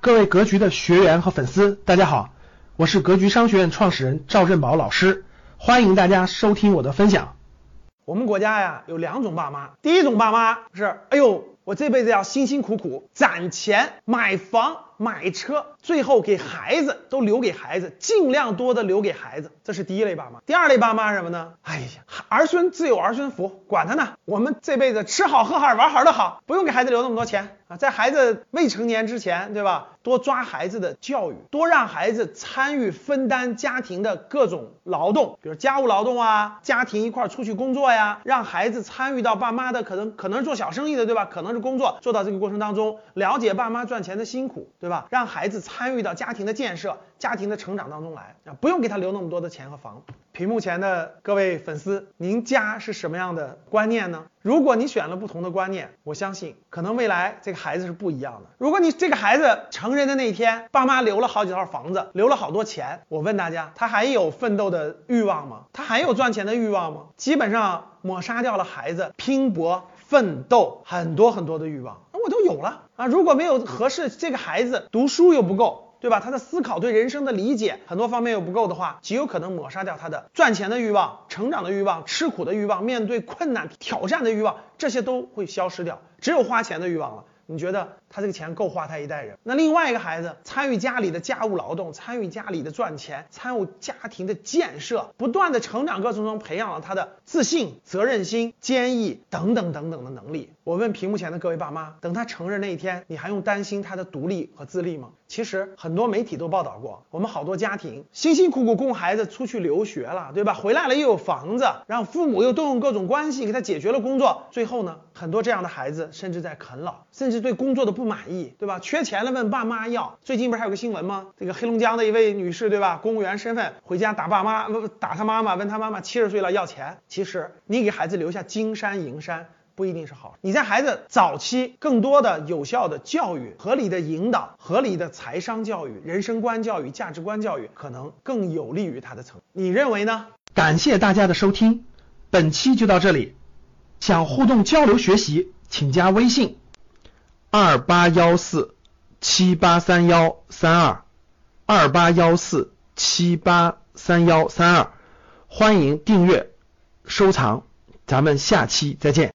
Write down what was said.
各位格局的学员和粉丝，大家好，我是格局商学院创始人赵振宝老师，欢迎大家收听我的分享。 我们国家呀有两种爸妈，第一种爸妈是，我这辈子要辛辛苦苦攒钱买房买车，最后给孩子都留给孩子，尽量多的留给孩子，这是第一类爸妈。第二类爸妈是什么呢？儿孙自有儿孙福，管他呢，我们这辈子吃好喝好玩好的好，不用给孩子留那么多钱啊，在孩子未成年之前，对吧？多抓孩子的教育，多让孩子参与分担家庭的各种劳动，比如家务劳动啊，家庭一块出去工作呀，让孩子参与到爸妈的可能是做小生意的，对吧？可能是工作，做到这个过程当中，了解爸妈赚钱的辛苦，对吧？让孩子参与到家庭的建设、家庭的成长当中来啊，不用给他留那么多的钱和房。屏幕前的各位粉丝，您家是什么样的观念呢？如果你选了不同的观念，我相信可能未来这个孩子是不一样的。如果你这个孩子成人的那一天，爸妈留了好几套房子，留了好多钱，我问大家，他还有奋斗的欲望吗？他还有赚钱的欲望吗？基本上抹杀掉了孩子拼搏奋斗很多很多的欲望，我都有了啊！如果没有合适，这个孩子读书又不够，对吧？他的思考对人生的理解很多方面又不够的话，极有可能抹杀掉他的赚钱的欲望、成长的欲望、吃苦的欲望、面对困难挑战的欲望，这些都会消失掉，只有花钱的欲望了。你觉得他这个钱够花他一代人？那另外一个孩子参与家里的家务劳动，参与家里的赚钱，参与家庭的建设，不断的成长过程中培养了他的自信、责任心、坚毅等等等等的能力。我问屏幕前的各位爸妈，等他成人那一天，你还用担心他的独立和自立吗？其实很多媒体都报道过，我们好多家庭辛辛苦苦供孩子出去留学了，对吧？回来了又有房子，然后父母又动用各种关系给他解决了工作，最后呢，很多这样的孩子甚至在啃老，甚至对工作的不满意，对吧？缺钱了问爸妈要。最近不是还有个新闻吗？这个黑龙江的一位女士，对吧？公务员身份回家打他妈妈，问他妈妈70岁了要钱。其实你给孩子留下金山银山不一定是好，你在孩子早期更多的有效的教育、合理的引导、合理的财商教育、人生观教育、价值观教育，可能更有利于他的成长。你认为呢？ 感谢大家的收听，本期就到这里。想互动交流学习，请加微信2814783132，2814783132，欢迎订阅收藏，咱们下期再见。